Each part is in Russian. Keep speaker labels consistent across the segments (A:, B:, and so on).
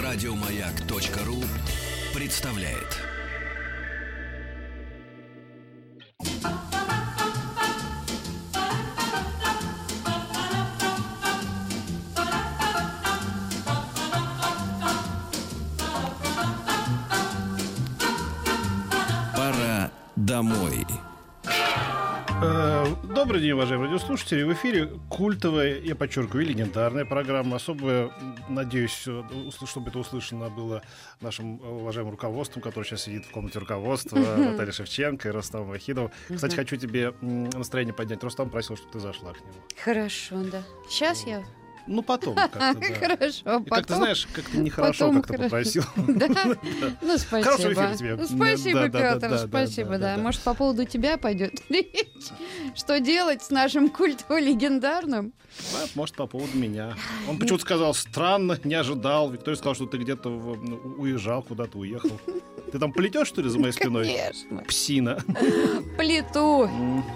A: Радиомаяк.ру представляет. Пора домой.
B: Добрый день, уважаемые радиослушатели. В эфире культовая, я подчеркиваю, легендарная программа. Особо, надеюсь, чтобы это услышано было нашим уважаемым руководством, который сейчас сидит в комнате руководства, Наталья Шевченко и Рустам Вахидов. Кстати, хочу тебе настроение поднять. Рустам просил, чтобы ты зашла к нему.
C: Хорошо, да. Сейчас я...
B: Ну, потом как-то, да.
C: Хорошо, потом.
B: Как-то, знаешь, как-то нехорошо как-то попросил.
C: Да? Ну, спасибо.
B: Хорошего эфира тебе.
C: Спасибо, Петр, спасибо, да. Может, по поводу тебя пойдет речь? Что делать с нашим культово-легендарным?
B: Может, по поводу меня. Он почему-то сказал, странно, не ожидал. Виктория сказала, что ты где-то уезжал, куда-то уехал. Ты там плетешь, что ли, за моей спиной?
C: Конечно.
B: Псина.
C: Плету.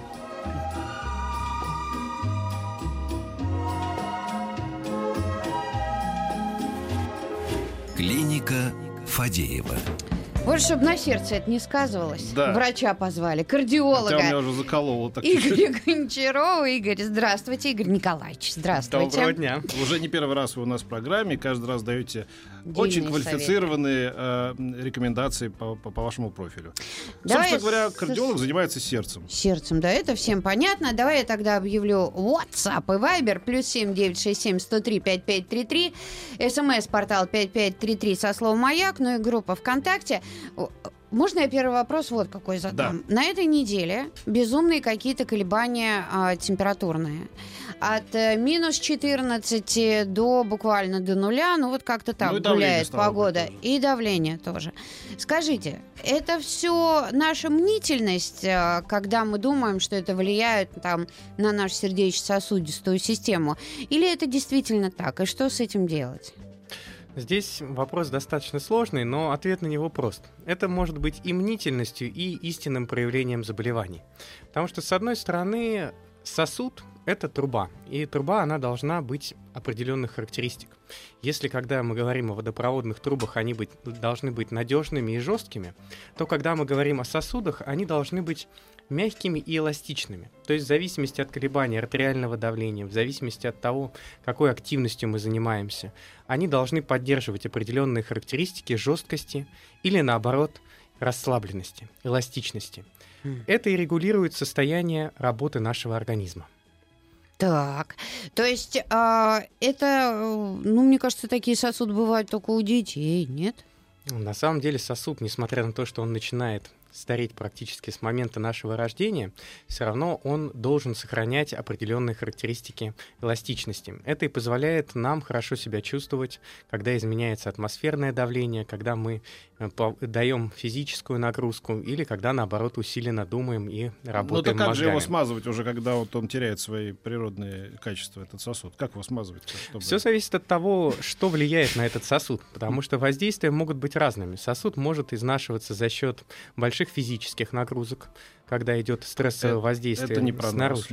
A: Клиника Фадеева.
C: Вот, чтобы на сердце это не сказывалось.
B: Да.
C: Врача позвали, кардиолога.
B: Хотя меня уже закололо так чуть-чуть.
C: Игоря Гончарова. Игорь, здравствуйте. Игорь Николаевич, здравствуйте.
D: Доброго дня.
B: Уже не первый раз вы у нас в программе. Каждый раз даете
C: Дельные
B: очень квалифицированные рекомендации по вашему профилю.
C: Давай
B: Собственно говоря, кардиолог занимается сердцем.
C: Сердцем, да, это всем понятно. Давай я тогда объявлю WhatsApp и Viber. +7 967 103 5533. СМС-портал 5533 со словом «Маяк». Ну и группа ВКонтакте. Можно я первый вопрос вот какой задам? Да. На этой неделе безумные какие-то колебания температурные. От минус 14 до буквально до нуля, ну вот как-то так гуляет погода. И давление тоже. Скажите, это все наша мнительность, когда мы думаем, что это влияет там, на нашу сердечно-сосудистую систему? Или это действительно так? И что с этим делать?
D: Здесь вопрос достаточно сложный, но ответ на него прост. Это может быть и мнительностью, и истинным проявлением заболеваний. Потому что, с одной стороны, сосуд — это труба, и труба, она должна быть определенных характеристик. Если, когда мы говорим о водопроводных трубах, они должны быть надежными и жесткими, то, когда мы говорим о сосудах, они должны быть мягкими и эластичными. То есть в зависимости от колебаний артериального давления, в зависимости от того, какой активностью мы занимаемся, они должны поддерживать определенные характеристики жесткости или, наоборот, расслабленности, эластичности. Это и регулирует состояние работы нашего организма.
C: Так, то есть это, ну, мне кажется, такие сосуды бывают только у детей, нет?
D: На самом деле сосуд, несмотря на то, что он начинает стареть практически с момента нашего рождения, все равно он должен сохранять определенные характеристики эластичности. Это и позволяет нам хорошо себя чувствовать, когда изменяется атмосферное давление, когда мы даем физическую нагрузку или когда, наоборот, усиленно думаем и работаем мозгами.
B: Ну, так как же его смазывать уже, когда вот он теряет свои природные качества, этот сосуд? Как его смазывать?
D: Все зависит от того, что влияет на этот сосуд, потому что воздействия могут быть разными. Сосуд может изнашиваться за счет больших физических нагрузок, когда идет стрессовое воздействие снаружи,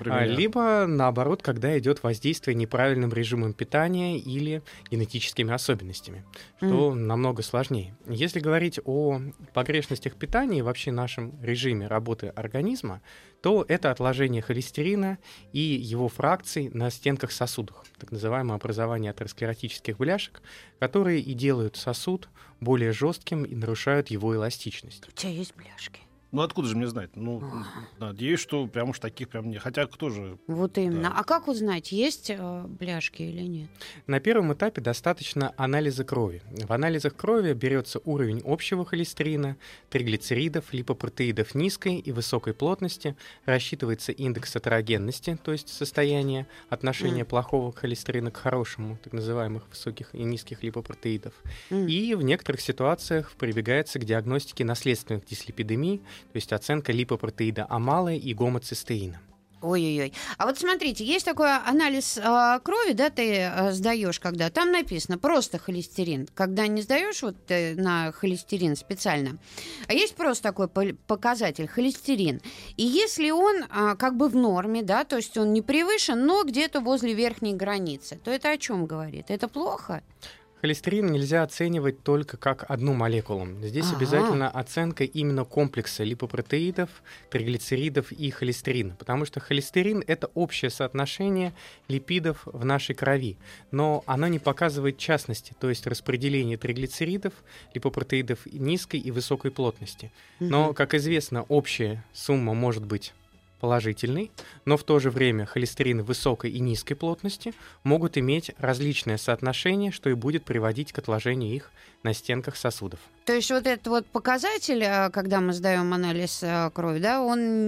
D: либо, наоборот, когда идет воздействие неправильным режимом питания или генетическими особенностями, что намного сложнее. Если говорить о погрешностях питания и вообще нашем режиме работы организма, то это отложение холестерина и его фракций на стенках сосудов, так называемое образование атеросклеротических бляшек, которые и делают сосуд более жестким и нарушают его эластичность.
C: У тебя есть бляшки?
B: Ну, откуда же мне знать? Ну, надеюсь, что прям уж таких прям не... Хотя кто же...
C: Вот именно.
B: Да.
C: А как узнать, есть бляшки или нет?
D: На первом этапе достаточно анализа крови. В анализах крови берется уровень общего холестерина, триглицеридов, липопротеидов низкой и высокой плотности, рассчитывается индекс атерогенности, то есть состояние отношения плохого холестерина к хорошему, так называемых высоких и низких липопротеидов. И в некоторых ситуациях прибегается к диагностике наследственных дислипидемий, то есть оценка липопротеида амала и гомоцистеина.
C: Ой-ой-ой. А вот смотрите, есть такой анализ крови, да, ты сдаешь, когда там написано просто холестерин. Когда не сдаешь вот на холестерин специально, а есть просто такой показатель холестерин. И если он как бы в норме, да, то есть он не превышен, но где-то возле верхней границы, то это о чем говорит? Это плохо?
D: Холестерин нельзя оценивать только как одну молекулу. Здесь обязательно оценка именно комплекса липопротеидов, триглицеридов и холестерина, потому что холестерин — это общее соотношение липидов в нашей крови, но оно не показывает частности, то есть распределение триглицеридов, липопротеидов низкой и высокой плотности. Но, как известно, общая сумма может быть положительный, но в то же время холестерины высокой и низкой плотности могут иметь различное соотношение, что и будет приводить к отложению их на стенках сосудов.
C: То есть вот этот вот показатель, когда мы сдаем анализ крови, да, он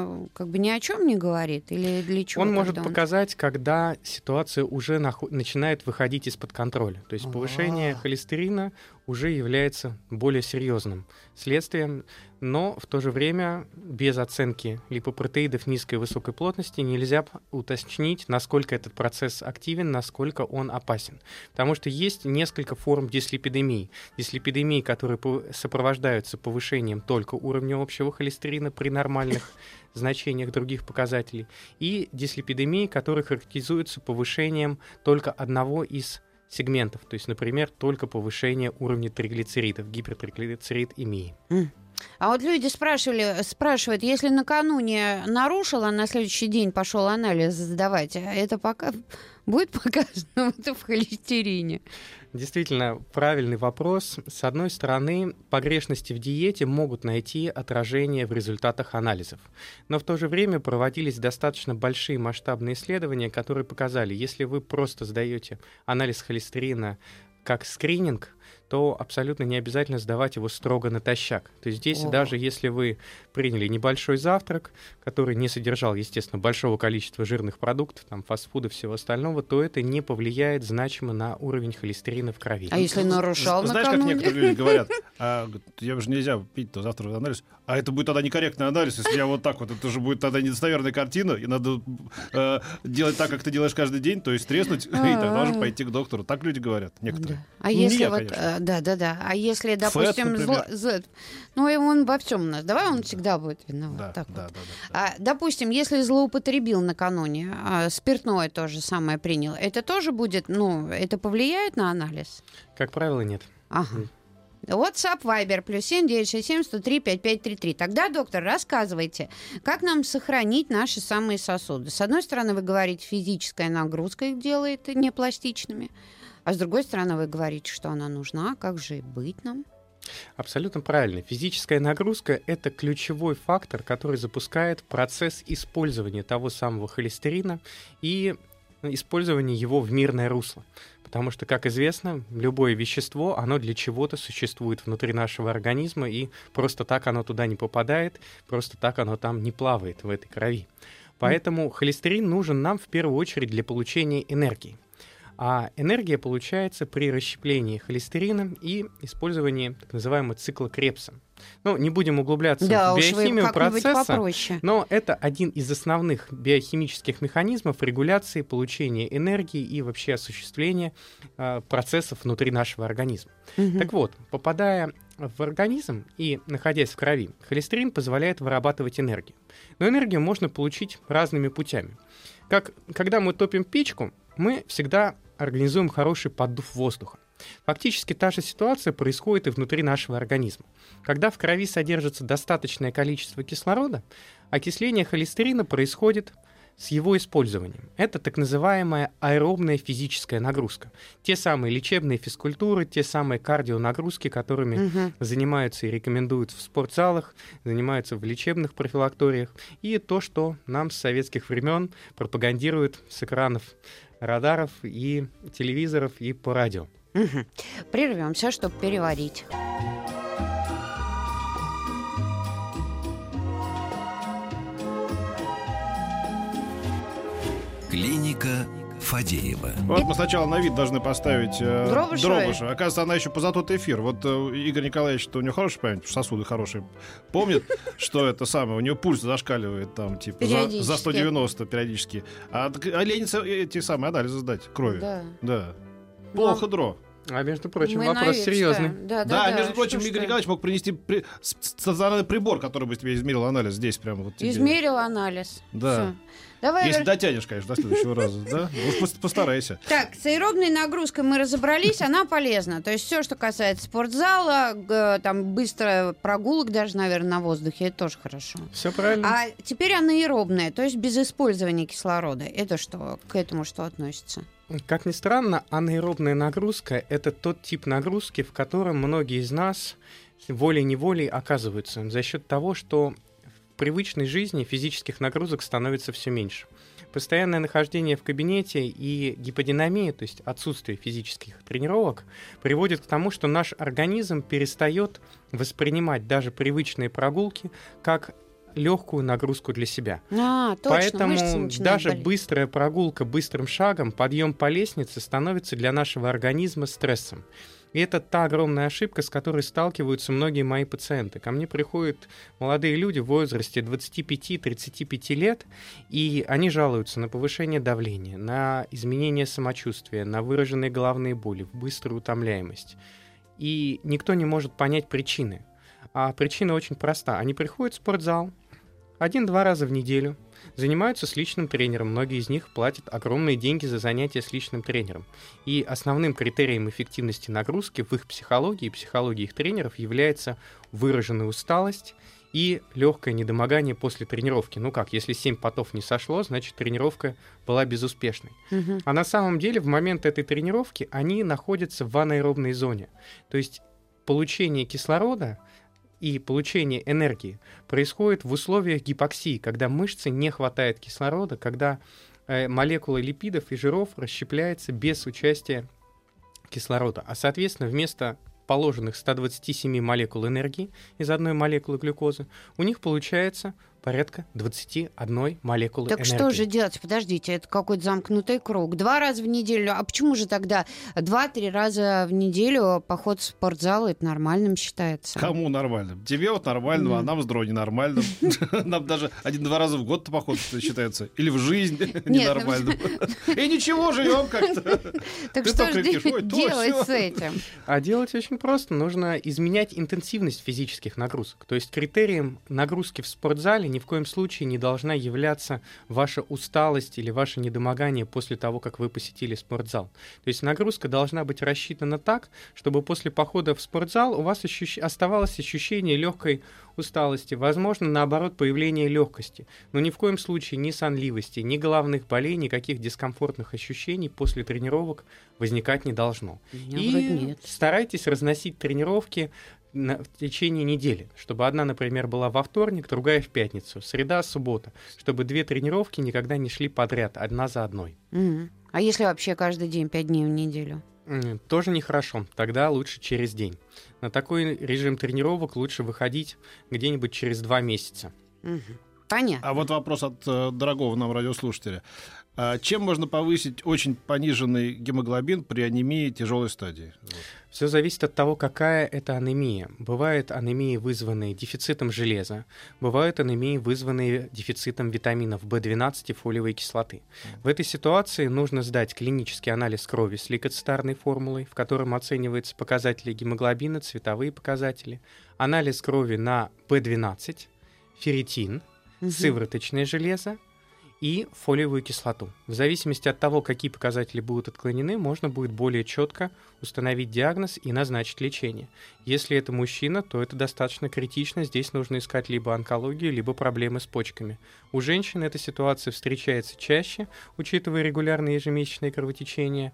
C: ни о чем не говорит? Или для чего?
D: Он может показать, когда ситуация уже начинает выходить из-под контроля. То есть повышение холестерина уже является более серьезным следствием, но в то же время без оценки липопротеидов низкой и высокой плотности нельзя уточнить, насколько этот процесс активен, насколько он опасен. Потому что есть несколько форм дислипидемии. Дислипидемии, которые сопровождаются повышением только уровня общего холестерина при нормальных значениях других показателей, и дислипидемии, которые характеризуются повышением только одного из сегментов, то есть, например, только повышение уровня триглицеридов, гипертриглицеридемии.
C: А вот люди спрашивают, если накануне нарушил, а на следующий день пошел анализ сдавать, это пока будет показано в холестерине?
D: Действительно, правильный вопрос. С одной стороны, погрешности в диете могут найти отражение в результатах анализов. Но в то же время проводились достаточно большие масштабные исследования, которые показали, если вы просто сдаете анализ холестерина как скрининг, то абсолютно не обязательно сдавать его строго натощак. То есть здесь даже если вы приняли небольшой завтрак, который не содержал, естественно, большого количества жирных продуктов, там, фастфуда, всего остального, то это не повлияет значимо на уровень холестерина в крови.
C: А если нарушал накануне?
B: Знаешь, как некоторые люди говорят, я же нельзя пить завтра анализ, а это будет тогда некорректный анализ, если я вот так вот, это же будет тогда недостоверная картина, и надо делать так, как ты делаешь каждый день, то есть треснуть, и тогда уже пойти к доктору. Так люди говорят, некоторые.
C: А если вот... Да. А если, допустим, ну и он во всем у нас. Давай он всегда будет виноват. Да. Допустим, если злоупотребил накануне, спиртное то же самое принял, это тоже будет, это повлияет на анализ?
D: Как правило, нет.
C: Ага. WhatsApp, Viber, +7 967 103 5533. Тогда, доктор, рассказывайте, как нам сохранить наши самые сосуды. С одной стороны, вы говорите, физическая нагрузка их делает непластичными. А с другой стороны, вы говорите, что она нужна. Как же быть нам?
D: Абсолютно правильно. Физическая нагрузка — это ключевой фактор, который запускает процесс использования того самого холестерина и использования его в мирное русло. Потому что, как известно, любое вещество, оно для чего-то существует внутри нашего организма, и просто так оно туда не попадает, просто так оно там не плавает в этой крови. Поэтому холестерин нужен нам в первую очередь для получения энергии. А энергия получается при расщеплении холестерина и использовании так называемого цикла Кребса. Не будем углубляться в биохимию процесса, но это один из основных биохимических механизмов регуляции получения энергии и вообще осуществления процессов внутри нашего организма. Так вот, попадая в организм и находясь в крови, холестерин позволяет вырабатывать энергию. Но энергию можно получить разными путями. Когда мы топим печку, мы всегда организуем хороший поддув воздуха. Фактически та же ситуация происходит и внутри нашего организма. Когда в крови содержится достаточное количество кислорода, окисление холестерина происходит с его использованием. Это так называемая аэробная физическая нагрузка. Те самые лечебные физкультуры, те самые кардионагрузки, которыми занимаются и рекомендуют в спортзалах, занимаются в лечебных профилакториях, и то, что нам с советских времен пропагандируют с экранов радаров и телевизоров и по радио.
C: Прервемся, чтобы переварить.
A: Клиника Фадеева.
B: Вот мы сначала на вид должны поставить
C: Дробышевой.
B: Оказывается, она еще поза тот эфир. Вот Игорь Николаевич, у него хорошая память, сосуды хорошие. Помнит, что это самое. У него пульс зашкаливает там, типа, за 190 периодически. А ленится эти самые анализы сдать крови.
C: Да.
B: Плохо, Дро.
D: А между прочим,
C: Мы
D: вопрос
C: на вид
D: серьезный.
C: ставим.
B: Да, между прочим,
C: что ж
B: Игорь
C: ты.
B: Николаевич мог принести стационарный прибор, который бы тебе измерил анализ здесь прямо вот тебе.
C: Измерил анализ.
B: Да.
C: Всё. Давай
B: Если дотянешь, конечно, до следующего раза, да? Уж постарайся.
C: Так, с аэробной нагрузкой мы разобрались, она полезна. То есть все, что касается спортзала, там быстро прогулок даже, наверное, на воздухе, это тоже хорошо.
D: Все правильно.
C: А теперь анаэробная, то есть без использования кислорода. Это что? К этому что относится?
D: Как ни странно, анаэробная нагрузка — это тот тип нагрузки, в котором многие из нас волей-неволей оказываются за счет того, что в привычной жизни физических нагрузок становится все меньше. Постоянное нахождение в кабинете и гиподинамия, то есть отсутствие физических тренировок, приводит к тому, что наш организм перестает воспринимать даже привычные прогулки как легкую нагрузку для себя.
C: Точно,
D: Поэтому
C: мышцы начинают
D: даже
C: болеть.
D: быстрая прогулка быстрым шагом, подъем по лестнице становится для нашего организма стрессом. И это та огромная ошибка, с которой сталкиваются многие мои пациенты. Ко мне приходят молодые люди в возрасте 25-35 лет, и они жалуются на повышение давления, на изменение самочувствия, на выраженные головные боли, быструю утомляемость. И никто не может понять причины. А причина очень проста. Они приходят в спортзал 1-2 раза в неделю, занимаются с личным тренером. Многие из них платят огромные деньги за занятия с личным тренером. И основным критерием эффективности нагрузки в их психологии и психологии их тренеров является выраженная усталость и легкое недомогание после тренировки. Ну как, если 7 потов не сошло, значит тренировка была безуспешной.
C: Мгм.
D: А на самом деле в момент этой тренировки они находятся в анаэробной зоне. То есть получение кислорода и получение энергии происходит в условиях гипоксии, когда мышце не хватает кислорода, когда молекулы липидов и жиров расщепляются без участия кислорода. А, соответственно, вместо положенных 127 молекул энергии из одной молекулы глюкозы, у них получается порядка 21 молекулы
C: Так
D: энергии.
C: что же делать? Подождите, это какой-то замкнутый круг. 2 раза в неделю. А почему же тогда 2-3 раза в неделю поход в спортзал это нормальным считается?
B: Кому нормально? Тебе вот нормального, а нам с дрони нормальным. Нам даже 1-2 раза в год поход считается. Или в жизнь ненормальным. И ничего, живем как-то.
C: Так
B: Ты
C: что
B: то
C: же
B: кричишь, ой, то
C: делать
B: всё.
C: с этим?
D: А делать очень просто. Нужно изменять интенсивность физических нагрузок. То есть критерием нагрузки в спортзале ни в коем случае не должна являться ваша усталость или ваше недомогание после того, как вы посетили спортзал. То есть нагрузка должна быть рассчитана так, чтобы после похода в спортзал у вас оставалось ощущение легкой усталости, возможно, наоборот, появление легкости. Но ни в коем случае ни сонливости, ни головных болей, никаких дискомфортных ощущений после тренировок возникать не должно.
C: У меня вроде
D: И
C: нет.
D: старайтесь разносить тренировки в течение недели, чтобы одна, например, была во вторник, другая в пятницу, среда, суббота, чтобы 2 тренировки никогда не шли подряд, одна за одной.
C: Мгм. А если вообще каждый день 5 дней в неделю?
D: Тоже нехорошо, тогда лучше через день. На такой режим тренировок лучше выходить где-нибудь через 2 месяца.
C: Мгм. Понятно.
B: А вот вопрос от дорогого нам радиослушателя. Чем можно повысить очень пониженный гемоглобин при анемии тяжелой стадии?
D: Все зависит от того, какая это анемия. Бывают анемии, вызванные дефицитом железа, бывают анемии, вызванные дефицитом витаминов В12 и фолиевой кислоты. В этой ситуации нужно сдать клинический анализ крови с лейкоцитарной формулой, в котором оцениваются показатели гемоглобина, цветовые показатели, анализ крови на В12, ферритин, сывороточное железо и фолиевую кислоту. В зависимости от того, какие показатели будут отклонены, можно будет более четко установить диагноз и назначить лечение. Если это мужчина, то это достаточно критично. Здесь нужно искать либо онкологию, либо проблемы с почками. У женщин эта ситуация встречается чаще, учитывая регулярные ежемесячные кровотечения,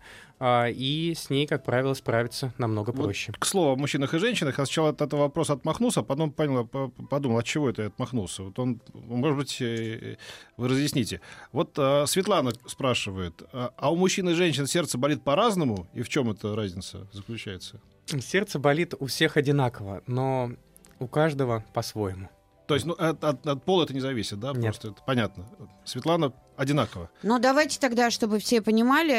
D: и с ней, как правило, справиться намного проще.
B: К слову о мужчинах и женщинах, я сначала от этого вопроса отмахнулся, а потом подумал, от чего это я отмахнулся. Вот он, может быть, вы разъясните. Вот Светлана спрашивает, а у мужчин и женщин сердце болит по-разному? И в чем эта разница заключается?
D: Сердце болит у всех одинаково, но у каждого по-своему.
B: То есть от пола это не зависит, да?
D: Нет.
B: Просто это понятно. Светлана одинаково.
C: Ну, давайте тогда, чтобы все понимали,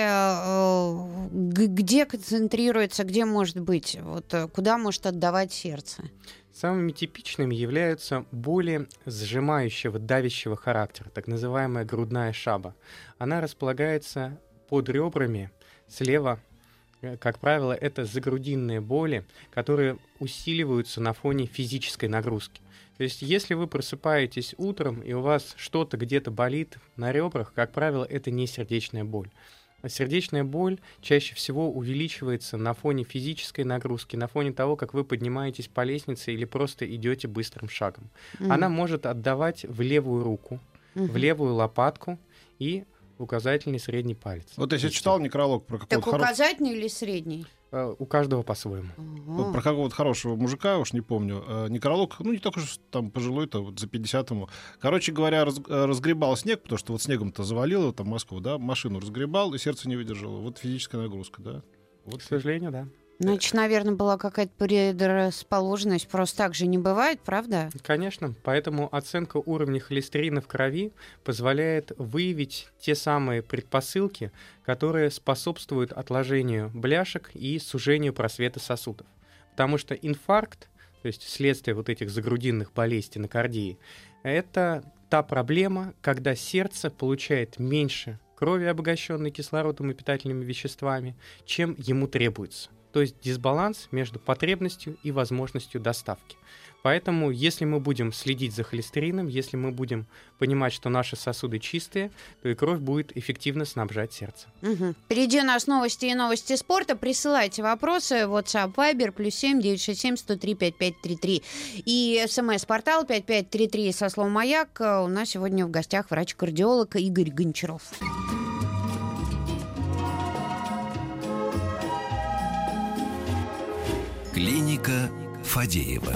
C: где концентрируется, где может быть, вот куда может отдавать сердце.
D: Самыми типичными являются боли сжимающего, давящего характера, так называемая грудная шаба. Она располагается под ребрами слева как правило, это загрудинные боли, которые усиливаются на фоне физической нагрузки. То есть, если вы просыпаетесь утром, и у вас что-то где-то болит на ребрах, как правило, это не сердечная боль. А сердечная боль чаще всего увеличивается на фоне физической нагрузки, на фоне того, как вы поднимаетесь по лестнице или просто идете быстрым шагом. Она может отдавать в левую руку, в левую лопатку и в указательный средний палец.
B: Вот я читал некролог про какого-то...
C: Так указательный или средний?
D: У каждого по-своему.
B: Вот про какого-то хорошего мужика, уж не помню. Некролог, не только что там пожилой-то, вот за 50-му. Короче говоря, разгребал снег, потому что вот снегом-то завалило там Москву, да, машину разгребал, и сердце не выдержало. Вот физическая нагрузка, да. Вот.
D: К сожалению, да.
C: Значит, наверное, была какая-то предрасположенность. Просто так же не бывает, правда?
D: Конечно. Поэтому оценка уровня холестерина в крови позволяет выявить те самые предпосылки, которые способствуют отложению бляшек и сужению просвета сосудов. Потому что инфаркт, то есть следствие вот этих загрудинных болезней, стенокардии, это та проблема, когда сердце получает меньше крови, обогащенной кислородом и питательными веществами, чем ему требуется. То есть дисбаланс между потребностью и возможностью доставки. Поэтому, если мы будем следить за холестерином, если мы будем понимать, что наши сосуды чистые, то и кровь будет эффективно снабжать сердце.
C: Впереди у нас новости и новости спорта. Присылайте вопросы. WhatsApp, Viber, +7 967 103 5533. И СМС-портал 5533 со словом «Маяк». У нас сегодня в гостях врач-кардиолог Игорь Гончаров.
A: Клиника Фадеева.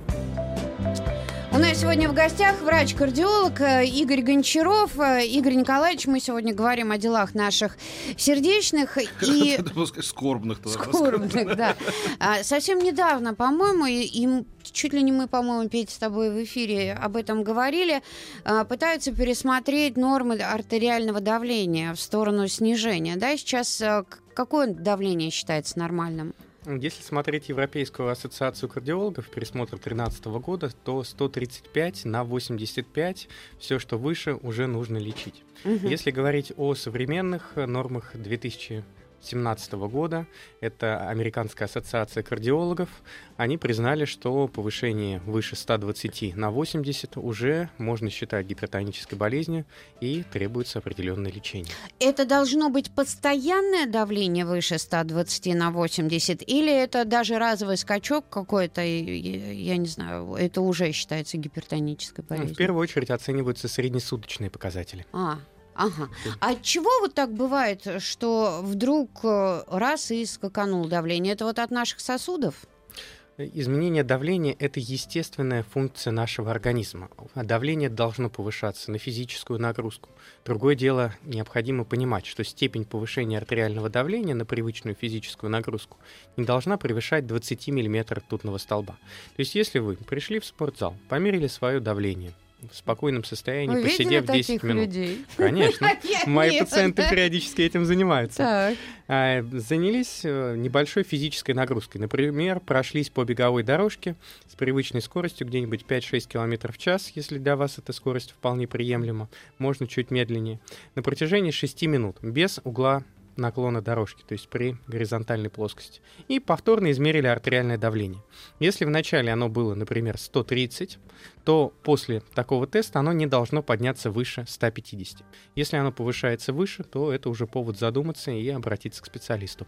C: У нас сегодня в гостях врач-кардиолог Игорь Гончаров. Игорь Николаевич, мы сегодня говорим о делах наших сердечных и...
B: Скорбных.
C: Скорбных, да. Совсем недавно, по-моему, и чуть ли не мы, по-моему, Петя, с тобой в эфире об этом говорили, пытаются пересмотреть нормы артериального давления в сторону снижения. Да, сейчас какое давление считается нормальным?
D: Если смотреть Европейскую ассоциацию кардиологов, пересмотр 2013 года, то 135 на 85, все, что выше, уже нужно лечить. Если говорить о современных нормах 2017 года, это Американская ассоциация кардиологов, они признали, что повышение выше 120 на 80 уже можно считать гипертонической болезнью и требуется определенное лечение.
C: Это должно быть постоянное давление выше 120 на 80 или это даже разовый скачок какой-то, я не знаю, это уже считается гипертонической болезнью?
D: В первую очередь оцениваются среднесуточные показатели.
C: Ага. А чего вот так бывает, что вдруг раз и скакануло давление? Это вот от наших сосудов?
D: Изменение давления – это естественная функция нашего организма. Давление должно повышаться на физическую нагрузку. Другое дело, необходимо понимать, что степень повышения артериального давления на привычную физическую нагрузку не должна превышать 20 мм ртутного столба. То есть, если вы пришли в спортзал, померили свое давление, в спокойном состоянии,
C: вы
D: посидев 10 минут.
C: Людей?
D: Конечно. Мои пациенты периодически этим занимаются.
C: Так.
D: Занялись небольшой физической нагрузкой. Например, прошлись по беговой дорожке с привычной скоростью где-нибудь 5-6 км в час, если для вас эта скорость вполне приемлема. Можно чуть медленнее. На протяжении 6 минут, без угла наклона дорожки, то есть при горизонтальной плоскости. И повторно измерили артериальное давление. Если вначале оно было, например, 130, то после такого теста оно не должно подняться выше 150. Если оно повышается выше, то это уже повод задуматься и обратиться к специалисту.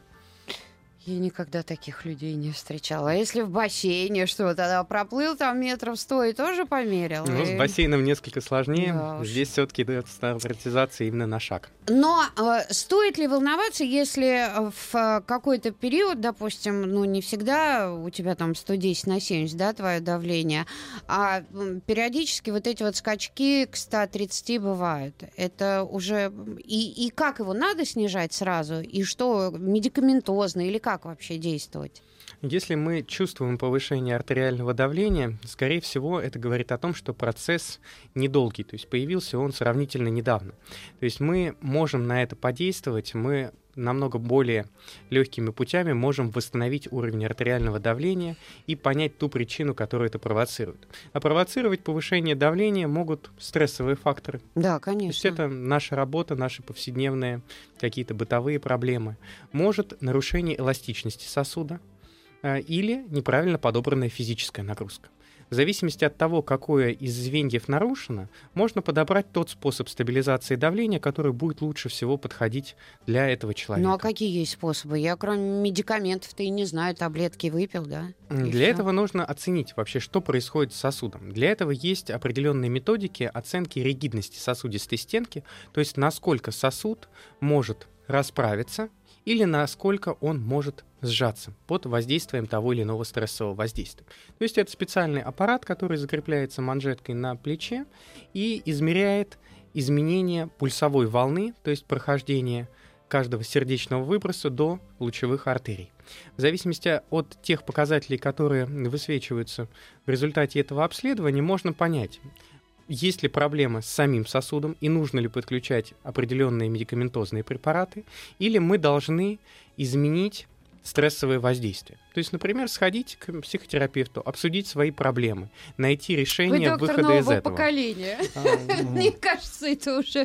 C: Я никогда таких людей не встречала. А если в бассейне что, тогда проплыл там метров 100 и тоже померил?
D: Ну, с бассейном несколько сложнее. Да, здесь все-таки идет стандартизация именно на шаг.
C: Но стоит ли волноваться, если в какой-то период, допустим, не всегда у тебя там 110 на 70, да, твое давление, а периодически вот эти вот скачки к 130 бывают. Это уже... И как его надо снижать сразу? И что, медикаментозно или как вообще действовать?
D: Если мы чувствуем повышение артериального давления, скорее всего, это говорит о том, что процесс недолгий, то есть появился он сравнительно недавно. То есть мы можем на это подействовать, мы намного более легкими путями можем восстановить уровень артериального давления и понять ту причину, которая это провоцирует. А провоцировать повышение давления могут стрессовые факторы.
C: Да,
D: То есть
C: конечно.
D: это наша работа, наши повседневные какие-то бытовые проблемы. Может нарушение эластичности сосуда или неправильно подобранная физическая нагрузка. В зависимости от того, какое из звеньев нарушено, можно подобрать тот способ стабилизации давления, который будет лучше всего подходить для этого человека.
C: Ну а какие есть способы? Я кроме медикаментов-то и не знаю, таблетки выпил, да? И
D: Для
C: всё.
D: этого нужно оценить вообще, что происходит с сосудом. Для этого есть определенные методики оценки ригидности сосудистой стенки, то есть насколько сосуд может расправиться или насколько он может сжаться под воздействием того или иного стрессового воздействия. То есть это специальный аппарат, который закрепляется манжеткой на плече и измеряет изменение пульсовой волны, то есть прохождение каждого сердечного выброса до лучевых артерий. В зависимости от тех показателей, которые высвечиваются в результате этого обследования, можно понять, есть ли проблема с самим сосудом и нужно ли подключать определенные медикаментозные препараты, или мы должны изменить стрессовое воздействие. То есть, например, сходить к психотерапевту, обсудить свои проблемы, найти
C: Вы
D: решение
C: доктор
D: выхода из
C: нового
D: этого.
C: поколения.
B: Ну,
C: Мне кажется, это уже...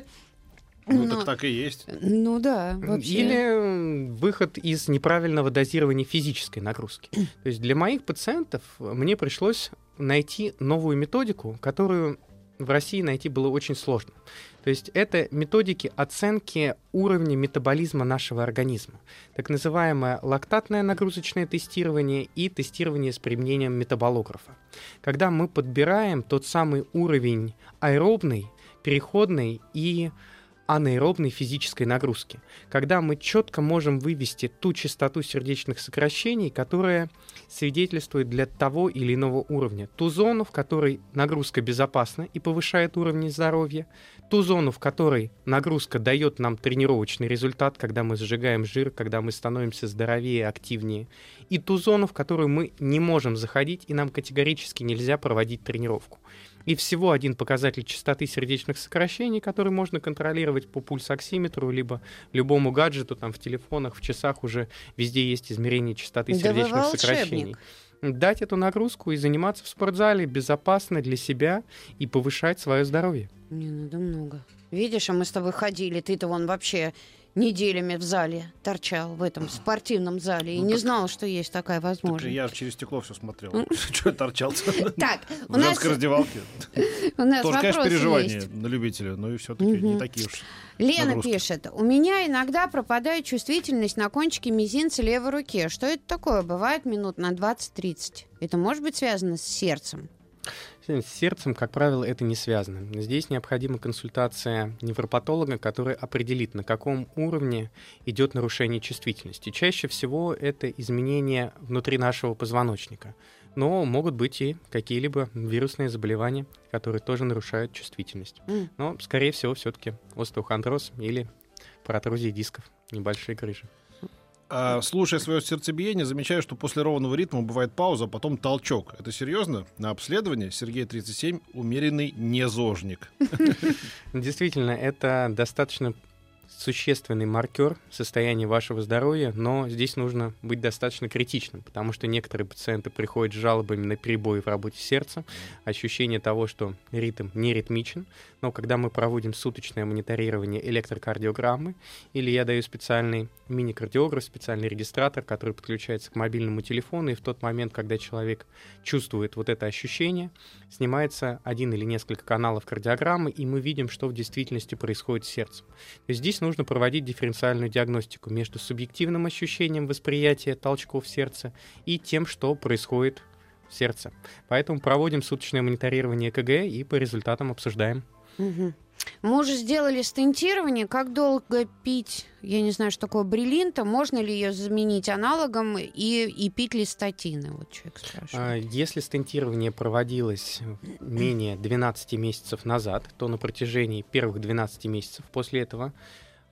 B: так так и есть.
C: Ну да, вообще.
D: Или выход из неправильного дозирования физической нагрузки. То есть для моих пациентов мне пришлось найти новую методику, которую в России найти было очень сложно. То есть это методики оценки уровня метаболизма нашего организма. Так называемое лактатное нагрузочное тестирование и тестирование с применением метаболографа. Когда мы подбираем тот самый уровень аэробной, переходной и анаэробной физической нагрузки, когда мы четко можем вывести ту частоту сердечных сокращений, которая свидетельствует для того или иного уровня, ту зону, в которой нагрузка безопасна и повышает уровень здоровья, ту зону, в которой нагрузка дает нам тренировочный результат, когда мы сжигаем жир, когда мы становимся здоровее, активнее, и ту зону, в которую мы не можем заходить, и нам категорически нельзя проводить тренировку. И всего один показатель частоты сердечных сокращений, который можно контролировать по пульсоксиметру, либо любому гаджету, там в телефонах, в часах уже везде есть измерение частоты
C: Да вы
D: сердечных
C: волшебник.
D: сокращений. Дать эту нагрузку и заниматься в спортзале безопасно для себя и повышать свое здоровье.
C: Мне надо много. Видишь, а мы с тобой ходили, ты-то вон вообще неделями в зале торчал, в этом спортивном зале, и
B: Ну,
C: не
B: так-
C: знал, что есть такая
B: Так
C: возможность.
B: я через стекло все смотрел. Что я торчался
C: Так, у
B: в
C: нас,
B: женской раздевалке.
C: у нас
B: Тоже, конечно,
C: вопросы
B: переживания
C: есть.
B: на любителя, но и все-таки не
C: Мгм.
B: такие уж.
C: Лена
B: нагрузки.
C: пишет, у меня иногда пропадает чувствительность на кончике мизинца левой руки. Что это такое? Бывает минут на 20-30. Это может быть связано с сердцем?
D: С сердцем, как правило, это не связано. Здесь необходима консультация невропатолога, который определит, на каком уровне идет нарушение чувствительности. Чаще всего это изменения внутри нашего позвоночника. Но могут быть и какие-либо вирусные заболевания, которые тоже нарушают чувствительность.
C: М.
D: Но, скорее всего, все-таки остеохондроз или протрузии дисков, небольшие грыжи.
B: Слушая свое сердцебиение, замечаю, что после ровного ритма бывает пауза, а потом толчок. Это серьезно? На обследование Сергей 37 умеренный незожник.
D: Действительно, это достаточно существенный маркер состояния вашего здоровья, но здесь нужно быть достаточно критичным, потому что некоторые пациенты приходят с жалобами на перебои в работе сердца, ощущение того, что ритм не ритмичен, но когда мы проводим суточное мониторирование электрокардиограммы, или я даю специальный мини-кардиограф, специальный регистратор, который подключается к мобильному телефону, и в тот момент, когда человек чувствует вот это ощущение, снимается один или несколько каналов кардиограммы, и мы видим, что в действительности происходит с сердцем. То есть здесь нужно проводить дифференциальную диагностику между субъективным ощущением восприятия толчков сердца и тем, что происходит в сердце. Поэтому проводим суточное мониторирование ЭКГ и по результатам обсуждаем.
C: Мгм. Мы уже сделали стентирование. Как долго пить, я не знаю, что такое брилинта, можно ли ее заменить аналогом и пить ли статины? Вот человек спрашивает.
D: Если стентирование проводилось менее 12 месяцев назад, то на протяжении первых 12 месяцев после этого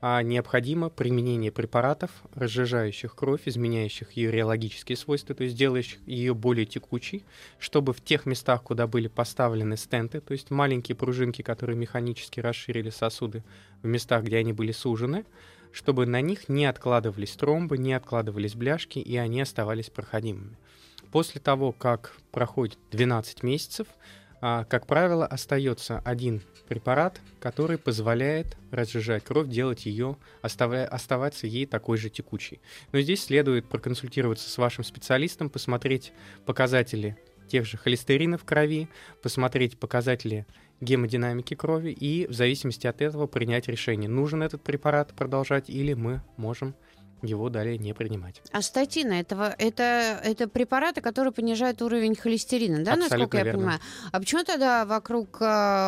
D: необходимо применение препаратов, разжижающих кровь, изменяющих ее реологические свойства, то есть делающих ее более текучей, чтобы в тех местах, куда были поставлены стенты, то есть маленькие пружинки, которые механически расширили сосуды, в местах, где они были сужены, чтобы на них не откладывались тромбы, не откладывались бляшки, и они оставались проходимыми. После того, как проходит 12 месяцев, как правило, остается один препарат, который позволяет разжижать кровь, делать ее, оставаться ей такой же текучей. Но здесь следует проконсультироваться с вашим специалистом, посмотреть показатели тех же холестерина в крови, посмотреть показатели гемодинамики крови и в зависимости от этого принять решение, нужен этот препарат продолжать или мы можем его далее не принимать.
C: А статины это препараты, которые понижают уровень холестерина, да,
D: Абсолютно
C: насколько я
D: верно.
C: понимаю? А почему тогда вокруг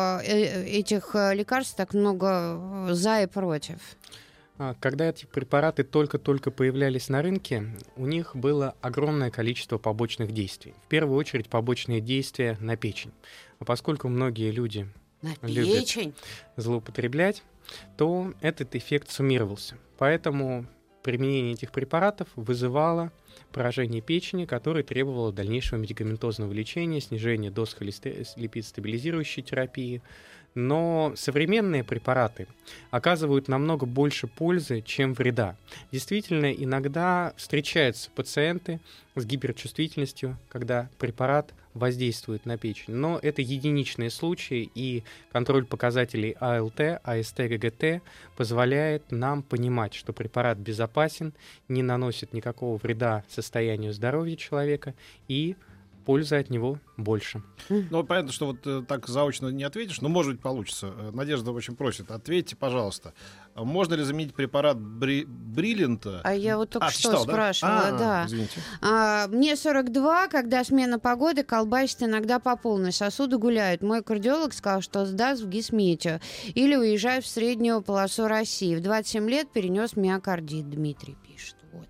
C: этих лекарств так много за и против?
D: Когда эти препараты только-только появлялись на рынке, у них было огромное количество побочных действий. В первую очередь побочные действия на печень. А поскольку многие люди
C: На
D: любят
C: печень?
D: злоупотреблять, то этот эффект суммировался. Поэтому применение этих препаратов вызывало поражение печени, которое требовало дальнейшего медикаментозного лечения, снижения доз липид-стабилизирующей терапии. Но современные препараты оказывают намного больше пользы, чем вреда. Действительно, иногда встречаются пациенты с гиперчувствительностью, когда препарат воздействует на печень. Но это единичные случаи, и контроль показателей АЛТ, АСТ, ГГТ позволяет нам понимать, что препарат безопасен, не наносит никакого вреда состоянию здоровья человека и пользы от него больше.
B: Ну, понятно, что вот так заочно не ответишь, но, может быть, получится. Надежда очень просит. Ответьте, пожалуйста. Можно ли заменить препарат Бриллианта?
C: А я вот только что
B: читал,
C: спрашивала, да.
B: Извините.
C: Мне 42, когда смена погоды, колбасит иногда по полной, сосуды гуляют. Мой кардиолог сказал, что сдаст в Гисметео или уезжает в среднюю полосу России. В 27 лет перенес миокардит, Дмитрий пишет. Вот.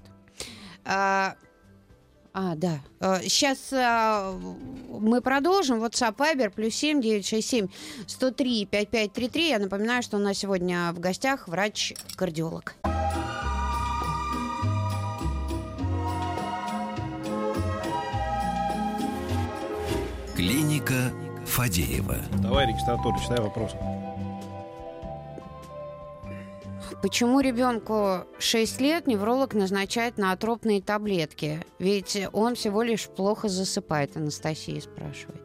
C: Да. Сейчас мы продолжим. WhatsApp, Viber, +7 967 103 5533. Я напоминаю, что у нас сегодня в гостях врач-кардиолог.
A: Клиника Фадеева.
B: Давай, регистратура, читай вопрос.
C: Почему ребенку 6 лет невролог назначает ноотропные таблетки? Ведь он всего лишь плохо засыпает, Анастасия спрашивает.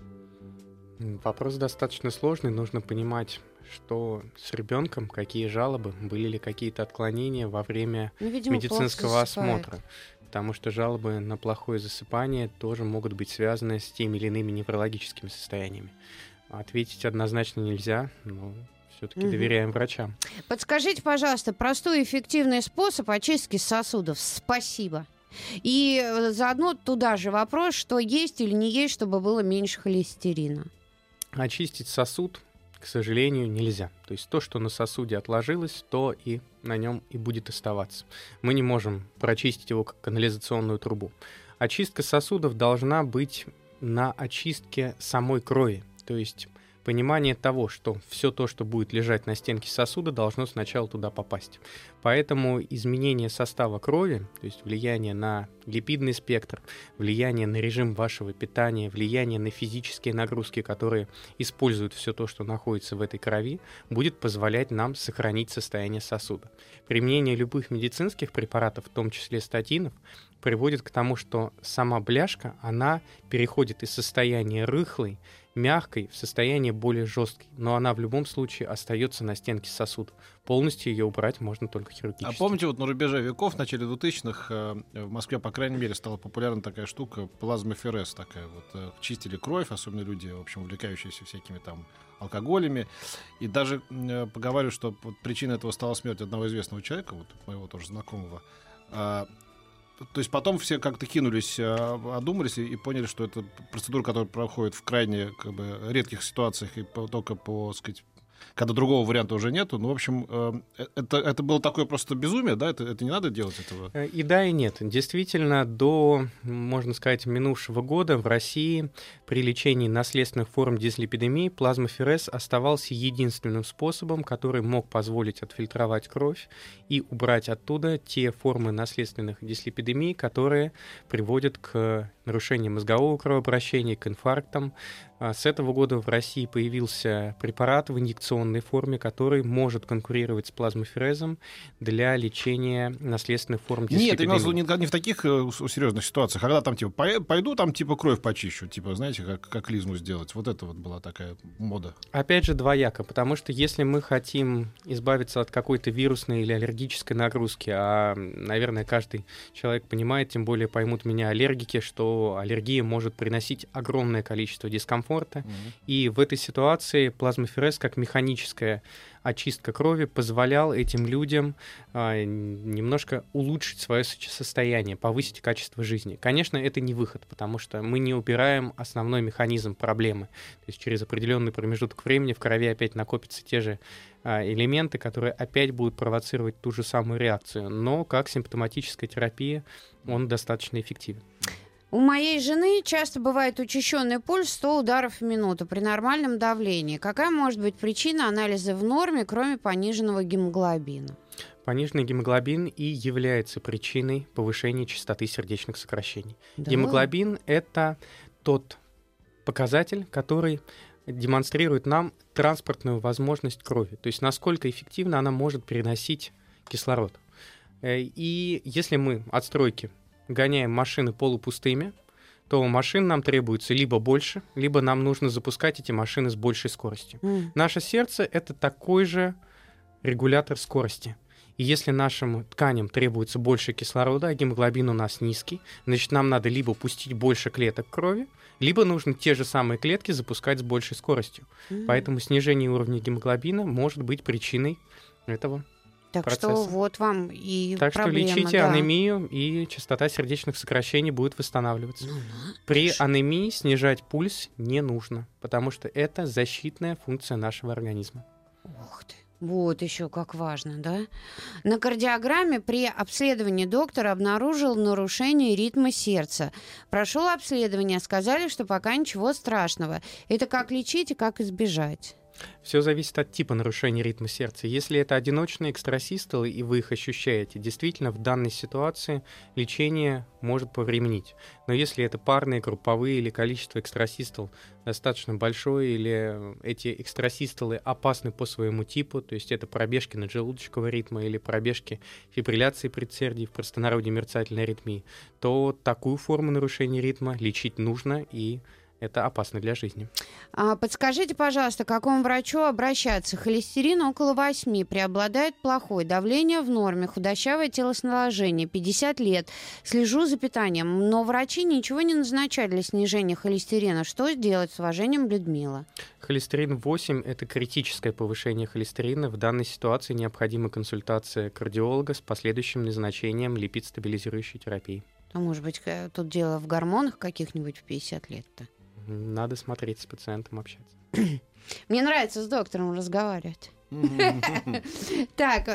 D: Вопрос достаточно сложный. Нужно понимать, что с ребенком, какие жалобы, были ли какие-то отклонения во время медицинского осмотра. Потому что жалобы на плохое засыпание тоже могут быть связаны с теми или иными неврологическими состояниями. Ответить однозначно нельзя, но все-таки доверяем врачам.
C: Подскажите, пожалуйста, простой и эффективный способ очистки сосудов. Спасибо. И заодно туда же вопрос, что есть или не есть, чтобы было меньше холестерина.
D: Очистить сосуд, к сожалению, нельзя. То есть то, что на сосуде отложилось, то и на нем и будет оставаться. Мы не можем прочистить его как канализационную трубу. Очистка сосудов должна быть на очистке самой крови. То есть понимание того, что все то, что будет лежать на стенке сосуда, должно сначала туда попасть. Поэтому изменение состава крови, то есть влияние на липидный спектр, влияние на режим вашего питания, влияние на физические нагрузки, которые используют все то, что находится в этой крови, будет позволять нам сохранить состояние сосуда. Применение любых медицинских препаратов, в том числе статинов, приводит к тому, что сама бляшка, она переходит из состояния рыхлой, мягкой в состояние более жесткой, но она в любом случае остается на стенке сосуда. Полностью ее убрать можно только хирургически.
B: А помните, вот на рубеже веков, в начале 2000-х, в Москве, по крайней мере, стала популярна такая штука, плазмоферез такая. Вот чистили кровь, особенно люди, в общем, увлекающиеся всякими там алкоголями. И даже поговариваю, что вот причиной этого стала смерть одного известного человека, вот моего тоже знакомого. То есть потом все как-то кинулись, одумались и поняли, что это процедура, которая проходит в крайне редких ситуациях и только по, так сказать, когда другого варианта уже нету. Ну, в общем, это было такое просто безумие, да? Это не надо делать этого?
D: И да, и нет. Действительно, до, можно сказать, минувшего года в России при лечении наследственных форм дислепидемии плазмоферез оставался единственным способом, который мог позволить отфильтровать кровь и убрать оттуда те формы наследственных дислепидемий, которые приводят к нарушению мозгового кровообращения, к инфарктам. С этого года в России появился препарат в инъекционной форме, который может конкурировать с плазмоферезом для лечения наследственных форм дислепидемии.
B: Нет, не в таких серьезных ситуациях, когда там типа пойду там типа кровь почищу, типа, знаете, как клизму сделать. Вот это вот была такая мода.
D: Опять же, двояко, потому что если мы хотим избавиться от какой-то вирусной или аллергической нагрузки, а, наверное, каждый человек понимает, тем более поймут меня аллергики, что аллергия может приносить огромное количество дискомфорта. И в этой ситуации плазмоферез как механическая очистка крови позволял этим людям немножко улучшить свое состояние, повысить качество жизни. Конечно, это не выход, потому что мы не убираем основной механизм проблемы. То есть через определенный промежуток времени в крови опять накопятся те же элементы, которые опять будут провоцировать ту же самую реакцию. Но как симптоматическая терапия он достаточно эффективен.
C: У моей жены часто бывает учащенный пульс 100 ударов в минуту при нормальном давлении. Какая может быть причина? Анализа в норме, кроме пониженного гемоглобина?
D: Пониженный гемоглобин и является причиной повышения частоты сердечных сокращений.
C: Да.
D: Гемоглобин — это тот показатель, который демонстрирует нам транспортную возможность крови, то есть насколько эффективно она может переносить кислород. И если мы от стройки гоняем машины полупустыми, то машин нам требуется либо больше, либо нам нужно запускать эти машины с большей скоростью. Наше сердце — это такой же регулятор скорости. И если нашим тканям требуется больше кислорода, а гемоглобин у нас низкий, значит, нам надо либо пустить больше клеток крови, либо нужно те же самые клетки запускать с большей скоростью. Поэтому снижение уровня гемоглобина может быть причиной этого процесса.
C: Так что вот вам и
D: так
C: проблема.
D: Так что лечите
C: да.
D: анемию, и частота сердечных сокращений будет восстанавливаться. При анемии снижать пульс не нужно, потому что это защитная функция нашего организма.
C: Ух ты. Вот еще как важно, да? На кардиограмме при обследовании доктор обнаружил нарушение ритма сердца. Прошел обследование, сказали, что пока ничего страшного. Это как лечить и как избежать?
D: Все зависит от типа нарушения ритма сердца. Если это одиночные экстрасистолы, и вы их ощущаете, действительно в данной ситуации лечение может повременить. Но если это парные, групповые, или количество экстрасистол достаточно большое, или эти экстрасистолы опасны по своему типу, то есть это пробежки наджелудочкового ритма или пробежки фибрилляции предсердий, в простонародье мерцательной аритмии, то такую форму нарушения ритма лечить нужно, и это опасно для жизни.
C: Подскажите, пожалуйста, к какому врачу обращаться? Холестерин около 8, преобладает плохой, давление в норме, худощавое телосложение, 50 лет. Слежу за питанием, но врачи ничего не назначают для снижения холестерина. Что сделать? С уважением, Людмила.
D: Холестерин 8 — это критическое повышение холестерина. В данной ситуации необходима консультация кардиолога с последующим назначением липид-стабилизирующей терапии.
C: А может быть, тут дело в гормонах каких-нибудь в 50 лет-то?
D: Надо смотреть с пациентом, общаться.
C: Мне нравится с доктором разговаривать. Так,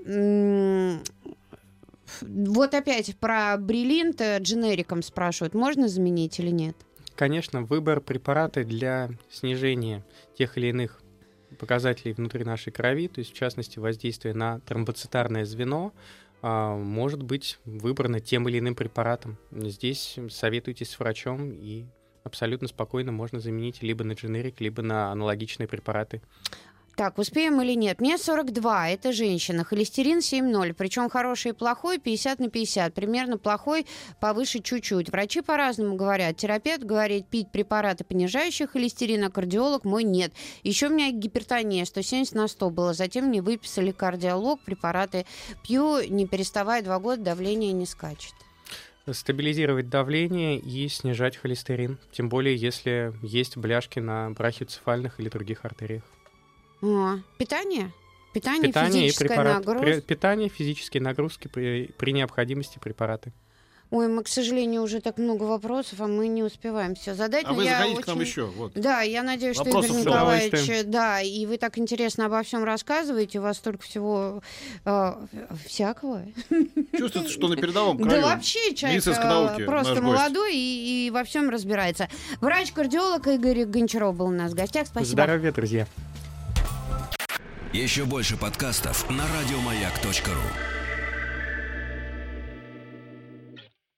C: вот опять про брилинт дженериком спрашивают. Можно заменить или нет?
D: Конечно, выбор препарата для снижения тех или иных показателей внутри нашей крови, то есть в частности воздействие на тромбоцитарное звено, может быть выбрано тем или иным препаратом. Здесь советуйтесь с врачом, и абсолютно спокойно можно заменить либо на дженерик, либо на аналогичные препараты.
C: Так, успеем или нет? Мне 42, это женщина, холестерин 7,0, причем хороший и плохой 50/50, примерно плохой повыше чуть-чуть. Врачи по-разному говорят. Терапевт говорит пить препараты, понижающие холестерин, а кардиолог мой нет. Еще у меня гипертония 170/100 было, затем мне выписали кардиолог, препараты пью, не переставая 2 года, давление не скачет.
D: Стабилизировать давление и снижать холестерин, тем более если есть бляшки на брахиоцефальных или других артериях.
C: Питание? Питание, физическая нагрузка?
D: Питание, физические нагрузки, при необходимости препараты.
C: Ой, мы, к сожалению, уже так много вопросов, а мы не успеваем все задать.
B: А вы заходите к нам еще. Вот.
C: Да, я надеюсь, что
B: Вопросов
C: Игорь
B: много.
C: Николаевич, да, и вы так интересно обо всем рассказываете, у вас столько всего всякого.
B: Чувствуется, что на передовом краю.
C: Да вообще человек
B: медицинской науки
C: просто
B: наш
C: молодой и во всем разбирается. Врач-кардиолог Игорь Гончаров был у нас в гостях. Спасибо.
D: Здоровья, друзья.
A: Еще больше подкастов на радиомаяк.ру.